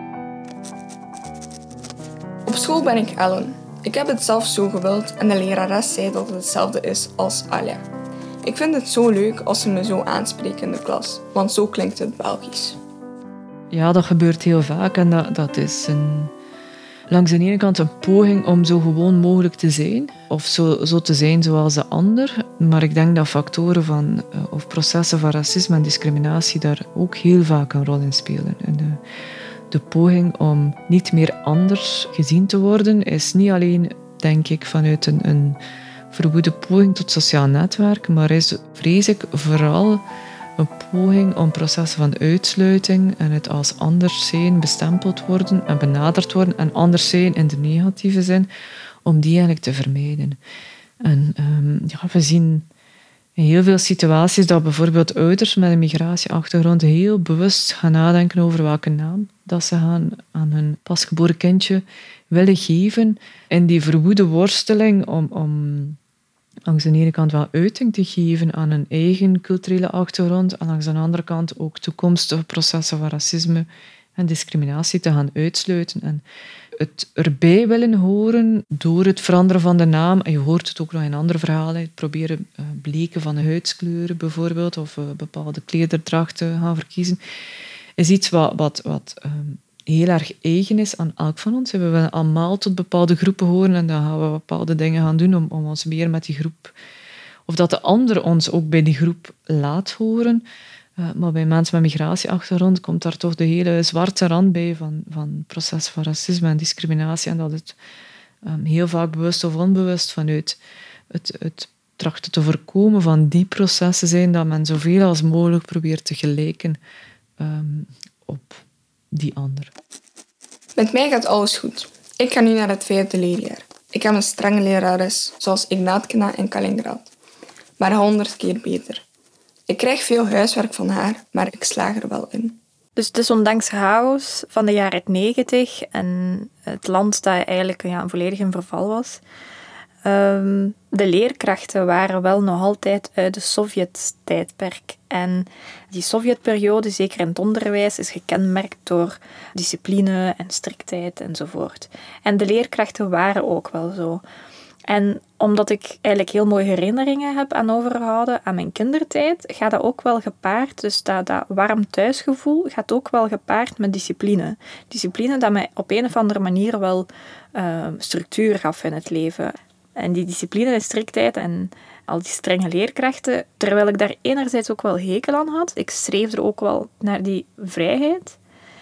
Op school ben ik Ellen. Ik heb het zelf zo gewild en de lerares zei dat het hetzelfde is als Alia. Ik vind het zo leuk als ze me zo aanspreken in de klas, want zo klinkt het Belgisch. Ja, dat gebeurt heel vaak en dat, dat is een, langs de ene kant een poging om zo gewoon mogelijk te zijn, of zo, zo te zijn zoals de ander. Maar ik denk dat factoren van, of processen van racisme en discriminatie daar ook heel vaak een rol in spelen. En de, de poging om niet meer anders gezien te worden is niet alleen, denk ik, vanuit een, een verwoede poging tot sociaal netwerken, maar is, vrees ik, vooral een poging om processen van uitsluiting en het als anders zijn bestempeld worden en benaderd worden en anders zijn in de negatieve zin, om die eigenlijk te vermijden. En um, ja, we zien in heel veel situaties dat bijvoorbeeld ouders met een migratieachtergrond heel bewust gaan nadenken over welke naam dat ze gaan aan hun pasgeboren kindje willen geven. En die verwoede worsteling om, om langs de ene kant wel uiting te geven aan hun eigen culturele achtergrond en langs de andere kant ook toekomstige processen van racisme en discriminatie te gaan uitsluiten. En het erbij willen horen door het veranderen van de naam. En je hoort het ook nog in andere verhalen. Het proberen uh, bleken van de huidskleuren bijvoorbeeld, of uh, bepaalde klederdrachten gaan verkiezen, is iets wat, wat, wat um, heel erg eigen is aan elk van ons. We willen allemaal tot bepaalde groepen horen en dan gaan we bepaalde dingen gaan doen om, om ons meer met die groep... Of dat de ander ons ook bij die groep laat horen. Uh, maar bij mensen met migratieachtergrond komt daar toch de hele zwarte rand bij van, van het proces van racisme en discriminatie. En dat het um, heel vaak bewust of onbewust vanuit het, het trachten te voorkomen van die processen zijn dat men zoveel als mogelijk probeert te gelijken um, op die ander. Met mij gaat alles goed. Ik ga nu naar het vijfde leerjaar. Ik heb een strenge lerares, zoals Ignatkina en Kaliningrad. Maar honderd keer beter. Ik krijg veel huiswerk van haar, maar ik slaag er wel in. Dus het is ondanks chaos van de jaren negentig en het land dat eigenlijk ja, volledig in verval was. Um, de leerkrachten waren wel nog altijd uit de Sovjet-tijdperk. En die Sovjetperiode, zeker in het onderwijs, is gekenmerkt door discipline en striktheid enzovoort. En de leerkrachten waren ook wel zo. En omdat ik eigenlijk heel mooie herinneringen heb aan overgehouden aan mijn kindertijd, gaat dat ook wel gepaard. Dus dat, dat warm thuisgevoel gaat ook wel gepaard met discipline. Discipline dat mij op een of andere manier wel uh, structuur gaf in het leven. En die discipline en striktheid en al die strenge leerkrachten, terwijl ik daar enerzijds ook wel hekel aan had, ik streefde er ook wel naar die vrijheid.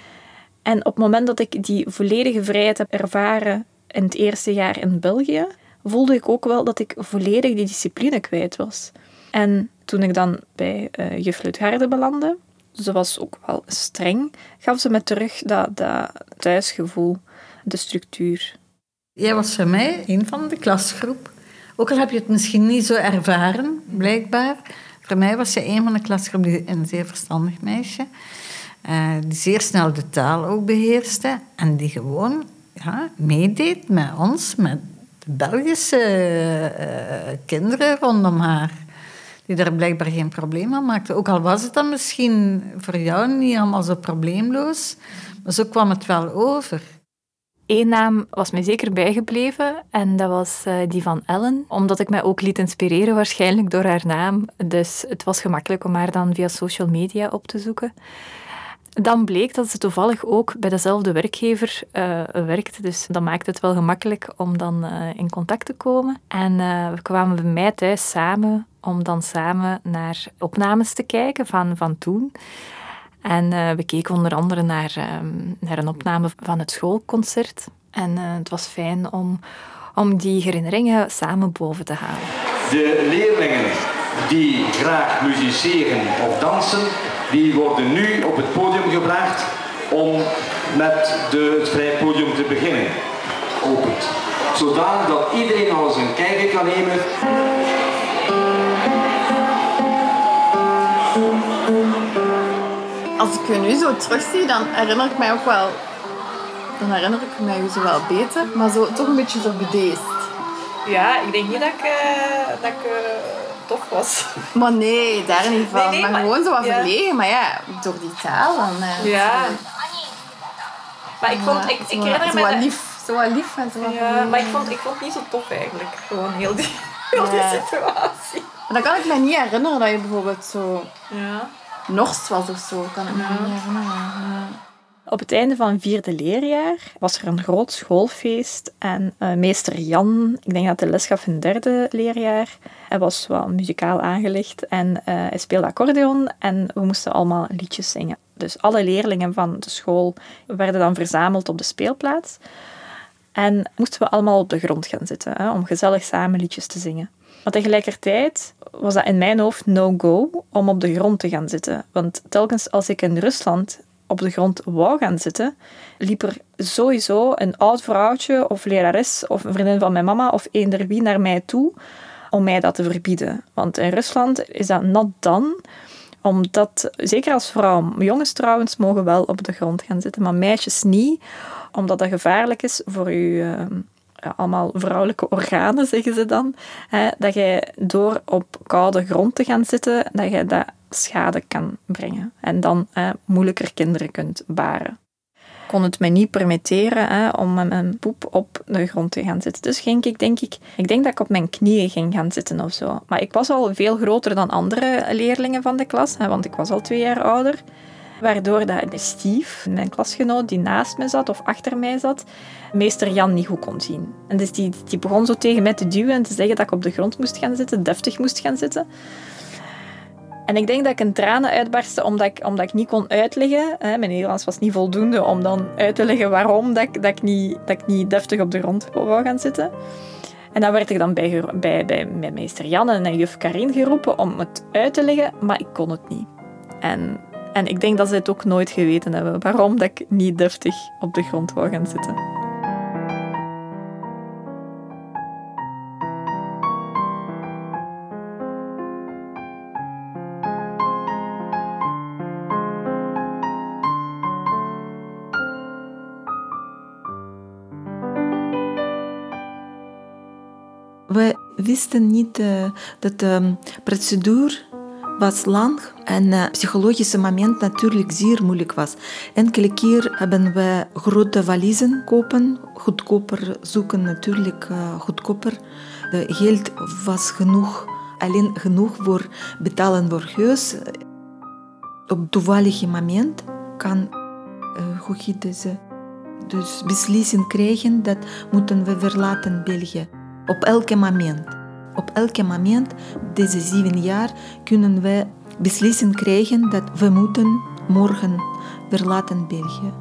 En op het moment dat ik die volledige vrijheid heb ervaren in het eerste jaar in België, voelde ik ook wel dat ik volledig die discipline kwijt was. En toen ik dan bij uh, juf Lutgarde belandde, ze was ook wel streng, gaf ze me terug dat, dat thuisgevoel, de structuur. Jij was voor mij een van de klasgroep. Ook al heb je het misschien niet zo ervaren, blijkbaar. Voor mij was je een van de klasgroep, die een zeer verstandig meisje, uh, die zeer snel de taal ook beheerste en die gewoon ja, meedeed met ons, met de Belgische uh, kinderen rondom haar. Die daar blijkbaar geen probleem aan maakten. Ook al was het dan misschien voor jou niet allemaal zo probleemloos, maar zo kwam het wel over. Eén naam was mij zeker bijgebleven en dat was uh, die van Ellen. Omdat ik mij ook liet inspireren waarschijnlijk door haar naam. Dus het was gemakkelijk om haar dan via social media op te zoeken. Dan bleek dat ze toevallig ook bij dezelfde werkgever uh, werkte. Dus dat maakte het wel gemakkelijk om dan uh, in contact te komen. En uh, we kwamen bij mij thuis samen om dan samen naar opnames te kijken van, van toen. En uh, we keken onder andere naar, um, naar een opname van het schoolconcert. En uh, het was fijn om, om die herinneringen samen boven te halen. De leerlingen die graag musiceren of dansen, die worden nu op het podium gebracht om met de, het vrije podium te beginnen. Opent. Zodanig dat iedereen al eens een kijkje kan nemen. Als ik je nu zo terugzie, dan herinner ik mij ook wel... Dan herinner ik mij zo wel beter, maar zo, toch een beetje zo bedeesd. Ja, ik denk niet dat ik, uh, dat ik uh, tof was. Maar nee, daar niet van. Nee, nee, maar, maar gewoon zo wat ja. verlegen. Maar ja, door die taal dan... Uh, ja. Zo, maar ik vond... Ik, ik zo, herinner zo me... Wat dat... lief, zo wat lief en zo wat Ja, maar ik vond, ik vond het niet zo tof eigenlijk. Gewoon heel die, heel die ja. situatie. Maar dan kan ik me niet herinneren dat je bijvoorbeeld zo... Ja. Nors was of zo, kan ik me ja. niet herinneren. Ja. Op het einde van het vierde leerjaar was er een groot schoolfeest en uh, meester Jan, ik denk dat hij les gaf in het derde leerjaar, hij was wel muzikaal aangelegd en uh, hij speelde accordeon en we moesten allemaal liedjes zingen. Dus alle leerlingen van de school werden dan verzameld op de speelplaats en moesten we allemaal op de grond gaan zitten hè, om gezellig samen liedjes te zingen. Maar tegelijkertijd was dat in mijn hoofd no-go om op de grond te gaan zitten. Want telkens als ik in Rusland op de grond wou gaan zitten, liep er sowieso een oud vrouwtje of lerares of een vriendin van mijn mama of eender wie naar mij toe om mij dat te verbieden. Want in Rusland is dat not done, omdat, zeker als vrouw, jongens trouwens mogen wel op de grond gaan zitten, maar meisjes niet, omdat dat gevaarlijk is voor je uh, ja, allemaal vrouwelijke organen, zeggen ze dan. Hè, dat je door op koude grond te gaan zitten, dat je dat schade kan brengen. En dan hè, moeilijker kinderen kunt baren. Ik kon het me niet permitteren hè, om met mijn poep op de grond te gaan zitten. Dus ging ik, denk ik, ik denk dat ik op mijn knieën ging gaan zitten of zo. Maar ik was al veel groter dan andere leerlingen van de klas, hè, want ik was al twee jaar ouder. Waardoor dat Steve, mijn klasgenoot die naast me zat of achter mij zat, meester Jan niet goed kon zien. En dus die, die begon zo tegen mij te duwen en te zeggen dat ik op de grond moest gaan zitten, deftig moest gaan zitten. En ik denk dat ik in tranen uitbarstte omdat ik, omdat ik niet kon uitleggen. Hè, mijn Nederlands was niet voldoende om dan uit te leggen waarom dat ik, dat ik, niet, dat ik niet deftig op de grond wou gaan zitten. En dan werd ik dan bij, bij, bij, bij meester Jan en juf Karin geroepen om het uit te leggen, maar ik kon het niet. En, en ik denk dat ze het ook nooit geweten hebben, waarom dat ik niet deftig op de grond wou gaan zitten. We wisten niet uh, dat de procedure was lang en het psychologische moment natuurlijk zeer moeilijk was. Enkele keer hebben we grote valiezen kopen, goedkoper zoeken natuurlijk, uh, goedkoper. De geld was genoeg, alleen genoeg voor betalen voor huis. Op toevallig moment kan uh, hoe heet deze, dus beslissing krijgen dat moeten we verlaten België. Op elke moment. Op elke moment, deze zeven jaar, kunnen we beslissing krijgen dat we moeten morgen verlaten België.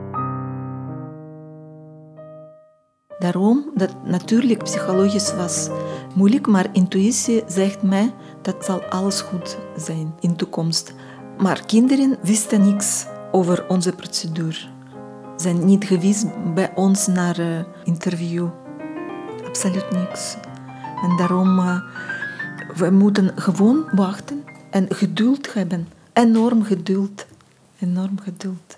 Daarom, dat natuurlijk psychologisch was moeilijk, maar intuïtie zegt mij dat zal alles goed zijn in de toekomst. Maar kinderen wisten niks over onze procedure. Ze zijn niet geweest bij ons naar uh, interview. Absoluut niks. En daarom, uh, we moeten gewoon wachten en geduld hebben. Enorm geduld. Enorm geduld.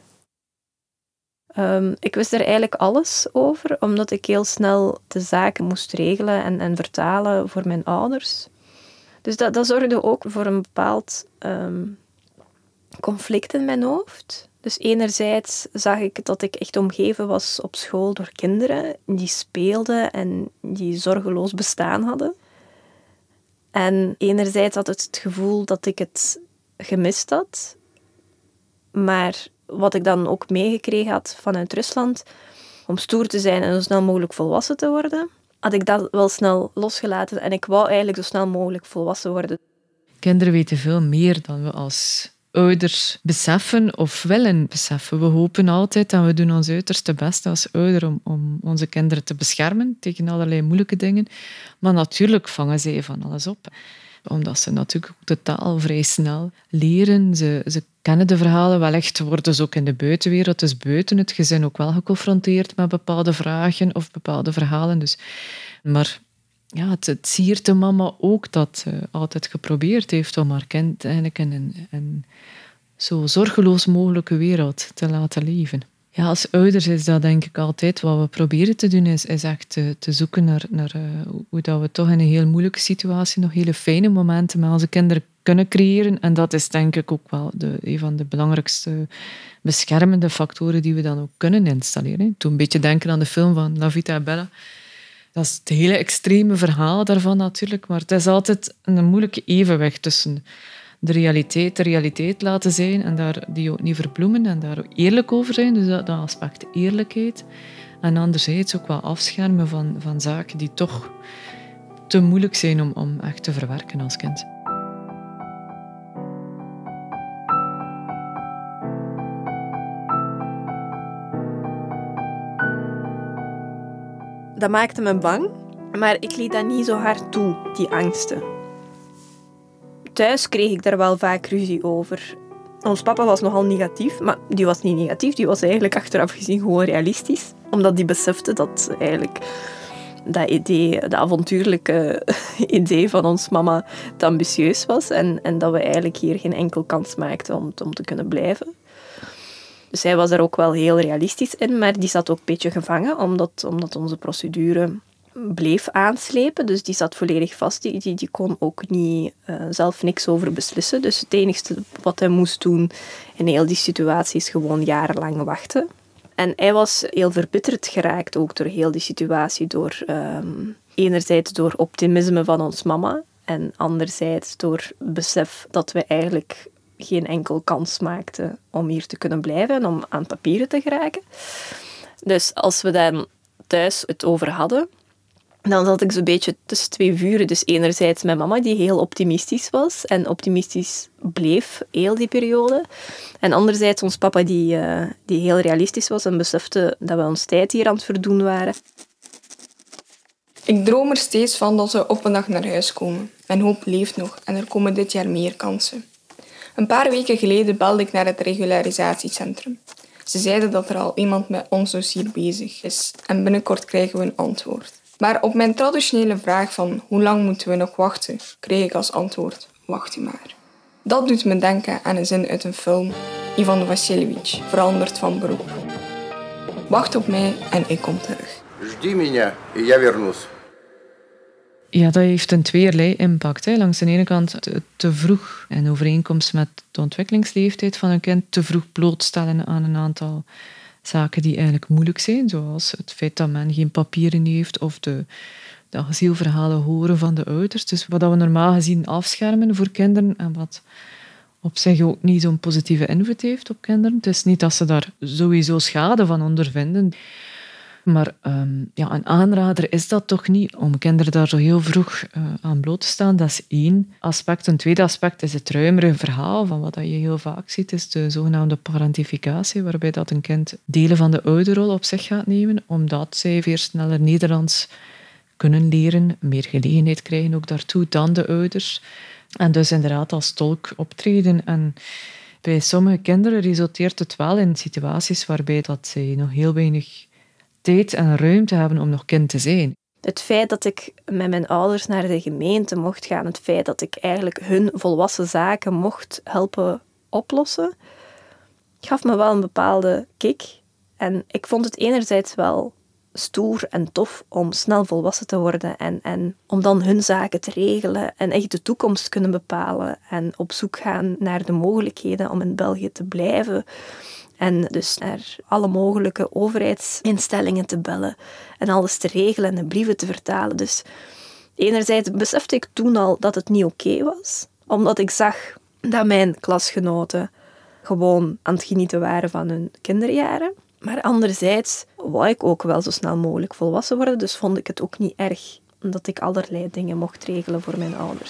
Um, ik wist er eigenlijk alles over, omdat ik heel snel de zaken moest regelen en, en vertalen voor mijn ouders. Dus dat, dat zorgde ook voor een bepaald um, conflict in mijn hoofd. Dus enerzijds zag ik dat ik echt omgeven was op school door kinderen die speelden en die zorgeloos bestaan hadden. En enerzijds had ik het gevoel dat ik het gemist had. Maar wat ik dan ook meegekregen had vanuit Rusland, om stoer te zijn en zo snel mogelijk volwassen te worden, had ik dat wel snel losgelaten. En ik wou eigenlijk zo snel mogelijk volwassen worden. Kinderen weten veel meer dan we als ouders beseffen of willen beseffen. We hopen altijd en we doen ons uiterste best als ouder om, om onze kinderen te beschermen tegen allerlei moeilijke dingen. Maar natuurlijk vangen zij van alles op. Omdat ze natuurlijk ook de taal vrij snel leren. Ze, ze kennen de verhalen. Wellicht worden ze ook in de buitenwereld, dus buiten het gezin, ook wel geconfronteerd met bepaalde vragen of bepaalde verhalen. Dus, maar ja, het, het siert de mama ook dat ze altijd geprobeerd heeft om haar kind eigenlijk in een, een zo zorgeloos mogelijke wereld te laten leven. Ja, als ouders is dat denk ik altijd wat we proberen te doen, is, is echt te, te zoeken naar, naar uh, hoe dat we toch in een heel moeilijke situatie nog hele fijne momenten met onze kinderen kunnen creëren. En dat is denk ik ook wel de, een van de belangrijkste beschermende factoren die we dan ook kunnen installeren. Toen een beetje denken aan de film van La Vita e Bella. Dat is het hele extreme verhaal daarvan natuurlijk, maar het is altijd een moeilijke evenwicht tussen de realiteit de realiteit laten zijn en daar die ook niet verbloemen en daar ook eerlijk over zijn, dus dat, dat aspect eerlijkheid. En anderzijds ook wel afschermen van, van zaken die toch te moeilijk zijn om, om echt te verwerken als kind. Dat maakte me bang. Maar ik liet dat niet zo hard toe, die angsten. Thuis kreeg ik daar wel vaak ruzie over. Ons papa was nogal negatief, maar die was niet negatief. Die was eigenlijk achteraf gezien gewoon realistisch. Omdat die besefte dat eigenlijk dat idee, dat avontuurlijke idee van ons mama te ambitieus was. En, en dat we eigenlijk hier geen enkel kans maakten om, om te kunnen blijven. Dus hij was er ook wel heel realistisch in, maar die zat ook een beetje gevangen, omdat, omdat onze procedure bleef aanslepen. Dus die zat volledig vast. Die, die, die kon ook niet uh, zelf niks over beslissen. Dus het enige wat hij moest doen in heel die situatie is gewoon jarenlang wachten. En hij was heel verbitterd geraakt ook door heel die situatie. Door, um, enerzijds door optimisme van ons mama en anderzijds door besef dat we eigenlijk geen enkel kans maakten om hier te kunnen blijven en om aan papieren te geraken. Dus als we dan thuis het over hadden, dan zat ik zo'n beetje tussen twee vuren. Dus enerzijds mijn mama, die heel optimistisch was en optimistisch bleef heel die periode. En anderzijds ons papa, die, uh, die heel realistisch was en besefte dat we ons tijd hier aan het verdoen waren. Ik droom er steeds van dat we op een dag naar huis komen. Mijn hoop leeft nog en er komen dit jaar meer kansen. Een paar weken geleden belde ik naar het regularisatiecentrum. Ze zeiden dat er al iemand met ons dossier bezig is en binnenkort krijgen we een antwoord. Maar op mijn traditionele vraag van hoe lang moeten we nog wachten, kreeg ik als antwoord, wacht u maar. Dat doet me denken aan een zin uit een film, Ivan Vasiljevic, veranderd van beroep. Wacht op mij en ik kom terug. Жди меня, и я вернусь. Ja, dat heeft een tweerlei impact. Hè. Langs de ene kant te, te vroeg, in overeenkomst met de ontwikkelingsleeftijd van een kind, te vroeg blootstellen aan een aantal zaken die eigenlijk moeilijk zijn, zoals het feit dat men geen papieren heeft of de, de asielverhalen horen van de ouders. Dus wat we normaal gezien afschermen voor kinderen en wat op zich ook niet zo'n positieve invloed heeft op kinderen. Het is niet dat ze daar sowieso schade van ondervinden. Maar um, ja, een aanrader is dat toch niet, om kinderen daar zo heel vroeg uh, aan bloot te staan. Dat is één aspect. Een tweede aspect is het ruimere verhaal van wat je heel vaak ziet, is de zogenaamde parentificatie, waarbij dat een kind delen van de ouderrol op zich gaat nemen, omdat zij weer sneller Nederlands kunnen leren, meer gelegenheid krijgen ook daartoe dan de ouders. En dus inderdaad als tolk optreden. En bij sommige kinderen resulteert het wel in situaties waarbij dat zij nog heel weinig tijd en ruimte hebben om nog kind te zijn. Het feit dat ik met mijn ouders naar de gemeente mocht gaan, het feit dat ik eigenlijk hun volwassen zaken mocht helpen oplossen, gaf me wel een bepaalde kick. En ik vond het enerzijds wel stoer en tof om snel volwassen te worden en, en om dan hun zaken te regelen en echt de toekomst te kunnen bepalen en op zoek gaan naar de mogelijkheden om in België te blijven. En dus naar alle mogelijke overheidsinstellingen te bellen en alles te regelen en de brieven te vertalen. Dus enerzijds besefte ik toen al dat het niet oké was, omdat ik zag dat mijn klasgenoten gewoon aan het genieten waren van hun kinderjaren. Maar anderzijds wou ik ook wel zo snel mogelijk volwassen worden, dus vond ik het ook niet erg dat ik allerlei dingen mocht regelen voor mijn ouders.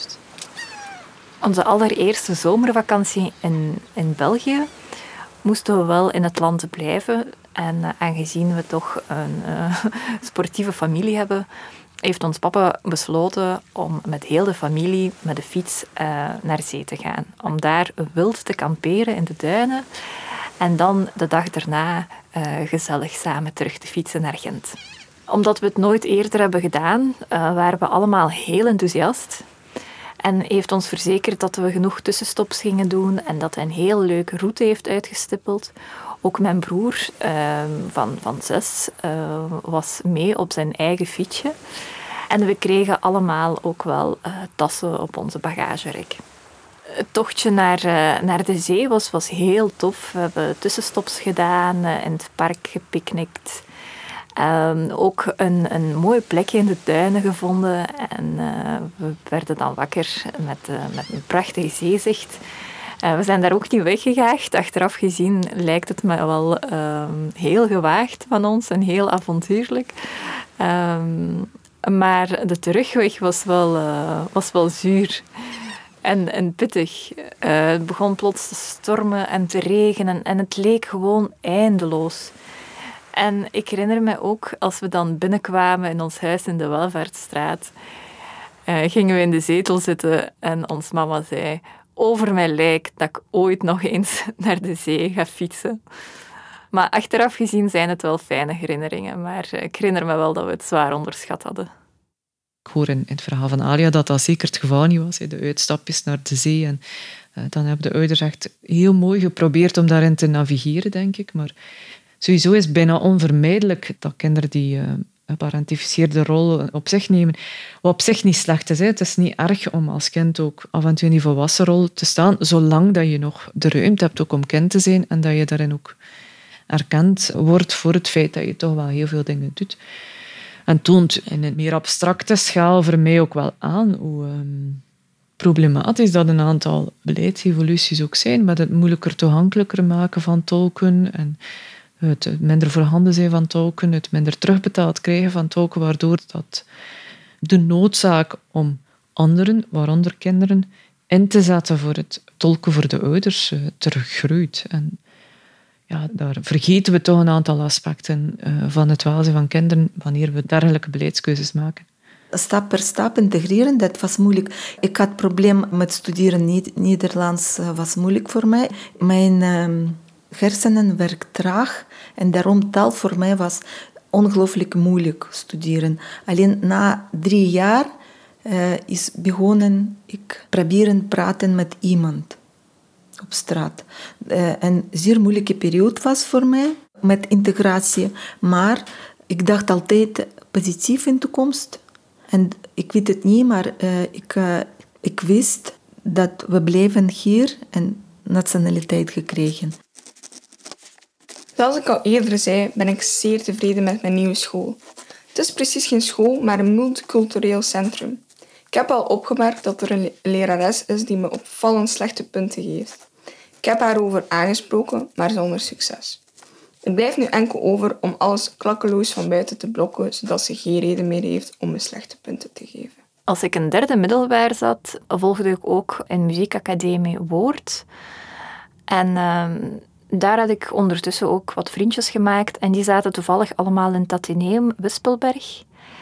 Onze allereerste zomervakantie in, in België moesten we wel in het land blijven. En uh, aangezien we toch een uh, sportieve familie hebben, heeft ons papa besloten om met heel de familie met de fiets uh, naar zee te gaan. Om daar wild te kamperen in de duinen. En dan de dag daarna uh, gezellig samen terug te fietsen naar Gent. Omdat we het nooit eerder hebben gedaan, uh, waren we allemaal heel enthousiast. En heeft ons verzekerd dat we genoeg tussenstops gingen doen en dat hij een heel leuke route heeft uitgestippeld. Ook mijn broer uh, van, van zes uh, was mee op zijn eigen fietsje. En we kregen allemaal ook wel uh, tassen op onze bagagerek. Het tochtje naar, uh, naar de zee was, was heel tof. We hebben tussenstops gedaan, uh, in het park gepicnict. Um, ook een, een mooi plekje in de duinen gevonden. En uh, we werden dan wakker met, uh, met een prachtig zeezicht. Uh, we zijn daar ook niet weggejaagd. Achteraf gezien lijkt het me wel uh, heel gewaagd van ons en heel avontuurlijk. Um, maar de terugweg was wel, uh, was wel zuur. En, en pittig. Uh, het begon plots te stormen en te regenen en het leek gewoon eindeloos. En ik herinner me ook, als we dan binnenkwamen in ons huis in de Welvaartsstraat, uh, gingen we in de zetel zitten en ons mama zei, over mijn lijk dat ik ooit nog eens naar de zee ga fietsen. Maar achteraf gezien zijn het wel fijne herinneringen, maar ik herinner me wel dat we het zwaar onderschat hadden. Ik hoor in, in het verhaal van Alia dat dat zeker het geval niet was. De uitstapjes naar de zee. En uh, dan hebben de ouders echt heel mooi geprobeerd om daarin te navigeren, denk ik. Maar sowieso is het bijna onvermijdelijk dat kinderen die uh, een parentificeerde rol op zich nemen. Wat op zich niet slecht is. Hè. Het is niet erg om als kind ook af en toe in die volwassen rol te staan, zolang dat je nog de ruimte hebt ook om kind te zijn en dat je daarin ook erkend wordt voor het feit dat je toch wel heel veel dingen doet. En toont in een meer abstracte schaal voor mij ook wel aan hoe um, problematisch dat een aantal beleidsevoluties ook zijn, met het moeilijker toegankelijker maken van tolken en het minder voorhanden zijn van tolken, het minder terugbetaald krijgen van tolken, waardoor dat de noodzaak om anderen, waaronder kinderen, in te zetten voor het tolken voor de ouders uh, teruggroeit. En ja, daar vergeten we toch een aantal aspecten uh, van het welzijn van kinderen wanneer we dergelijke beleidskeuzes maken. Stap per stap integreren, dat was moeilijk. Ik had het probleem met studeren Nederlands, uh, was moeilijk voor mij. Mijn uh, hersenen werken traag en daarom taal voor mij was ongelooflijk moeilijk studeren. Alleen na drie jaar uh, is begonnen ik proberen praten met iemand op straat. Uh, een zeer moeilijke periode was voor mij met integratie, maar ik dacht altijd positief in de toekomst. En ik weet het niet, maar uh, ik, uh, ik wist dat we blijven hier en nationaliteit gekregen. Zoals ik al eerder zei, ben ik zeer tevreden met mijn nieuwe school. Het is precies geen school, maar een multicultureel centrum. Ik heb al opgemerkt dat er een lerares is die me opvallend slechte punten geeft. Ik heb haar over aangesproken, maar zonder succes. Het blijft nu enkel over om alles klakkeloos van buiten te blokken, zodat ze geen reden meer heeft om me slechte punten te geven. Als ik in derde middelbaar zat, volgde ik ook een muziekacademie Woord. En uh, daar had ik ondertussen ook wat vriendjes gemaakt. En die zaten toevallig allemaal in het Atheneum Wispelberg.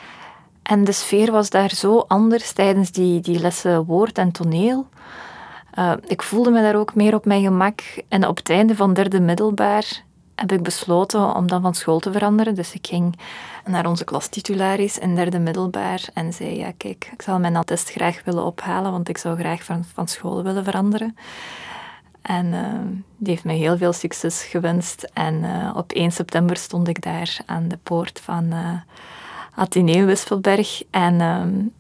En de sfeer was daar zo anders tijdens die, die lessen woord en toneel. Uh, ik voelde me daar ook meer op mijn gemak. En op het einde van derde middelbaar heb ik besloten om dan van school te veranderen. Dus ik ging naar onze klastitularis in derde middelbaar en zei, ja kijk, ik zal mijn attest graag willen ophalen, want ik zou graag van, van school willen veranderen. En uh, die heeft mij heel veel succes gewenst. En uh, op één september stond ik daar aan de poort van uh, Atheneum Wispelberg. En uh,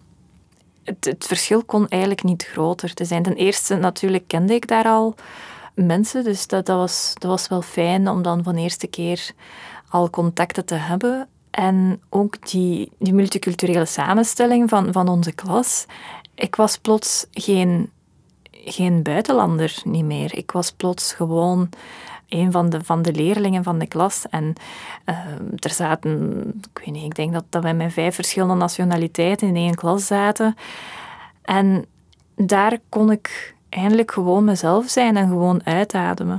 het, het verschil kon eigenlijk niet groter te zijn. Ten eerste natuurlijk kende ik daar al mensen, dus dat, dat, was, dat was wel fijn om dan van de eerste keer al contacten te hebben. En ook die, die multiculturele samenstelling van, van onze klas. Ik was plots geen, geen buitenlander niet meer. Ik was plots gewoon een van de, van de leerlingen van de klas. En uh, er zaten, ik weet niet, ik denk dat, dat wij met vijf verschillende nationaliteiten in één klas zaten. En daar kon ik eindelijk gewoon mezelf zijn en gewoon uitademen.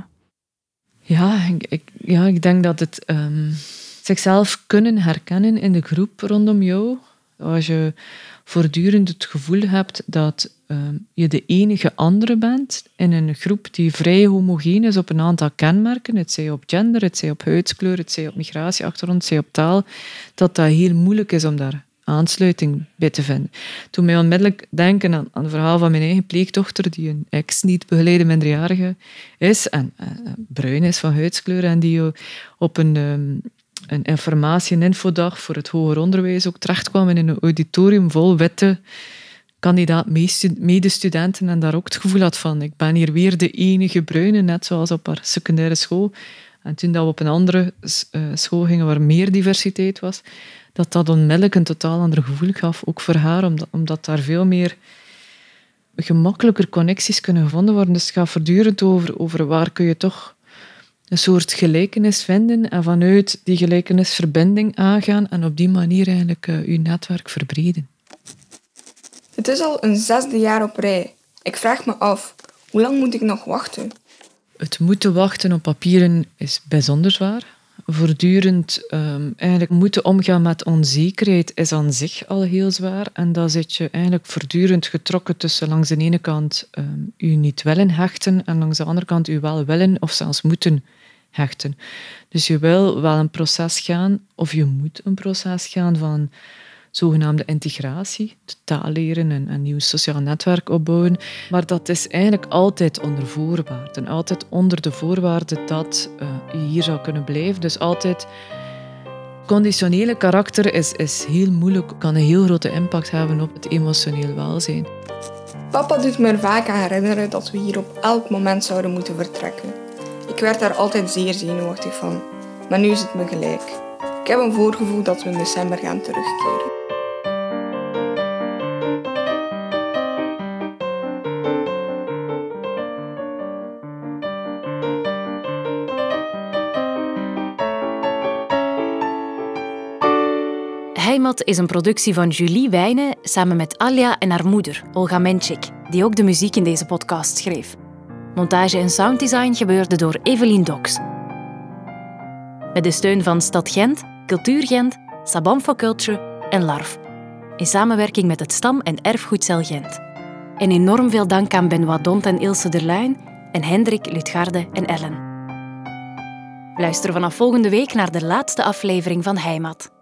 Ja, ik, ik, ja, ik denk dat het um, zichzelf kunnen herkennen in de groep rondom jou, als je voortdurend het gevoel hebt dat um, je de enige andere bent in een groep die vrij homogeen is op een aantal kenmerken, het zij op gender, het zij op huidskleur, het zij op migratieachtergrond, het zij op taal, dat dat heel moeilijk is om daar aansluiting bij te vinden. Toen mij onmiddellijk denken aan, aan het verhaal van mijn eigen pleegdochter, die een ex-niet begeleide minderjarige is en uh, bruin is van huidskleur en die uh, op een, um, een informatie- en infodag voor het hoger onderwijs ook terechtkwam in een auditorium vol witte kandidaat-medestudenten en daar ook het gevoel had van ik ben hier weer de enige bruine, net zoals op haar secundaire school. En toen dat we op een andere uh, school gingen waar meer diversiteit was, dat dat onmiddellijk een totaal ander gevoel gaf, ook voor haar, omdat, omdat daar veel meer gemakkelijker connecties kunnen gevonden worden. Dus het gaat voortdurend over, over waar kun je toch een soort gelijkenis vinden en vanuit die gelijkenis verbinding aangaan en op die manier eigenlijk uh, je netwerk verbreden. Het is al een zesde jaar op rij. Ik vraag me af, hoe lang moet ik nog wachten? Het moeten wachten op papieren is bijzonder zwaar. voortdurend um, eigenlijk moeten omgaan met onzekerheid is aan zich al heel zwaar. En dan zit je eigenlijk voortdurend getrokken tussen langs de ene kant um, je niet willen hechten en langs de andere kant je wel willen of zelfs moeten hechten. Dus je wil wel een proces gaan, of je moet een proces gaan van zogenaamde integratie, de taal leren en een nieuw sociaal netwerk opbouwen. Maar dat is eigenlijk altijd onder voorwaarden. Altijd onder de voorwaarde dat uh, je hier zou kunnen blijven. Dus altijd conditionele karakter is, is heel moeilijk, kan een heel grote impact hebben op het emotioneel welzijn. Papa doet me er vaak aan herinneren dat we hier op elk moment zouden moeten vertrekken. Ik werd daar altijd zeer zenuwachtig van, maar nu is het me gelijk. Ik heb een voorgevoel dat we in december gaan terugkeren. Heimat is een productie van Julie Wijnen samen met Alia en haar moeder, Olga Menchik, die ook de muziek in deze podcast schreef. Montage en sounddesign gebeurde door Evelien Doks. Met de steun van Stad Gent, Cultuur Gent, Saban for Culture en LARF. In samenwerking met het Stam- en Erfgoedcel Gent. En enorm veel dank aan Benoît Dont en Ilse Derluin en Hendrik, Lutgarde en Ellen. Luister vanaf volgende week naar de laatste aflevering van Heimat.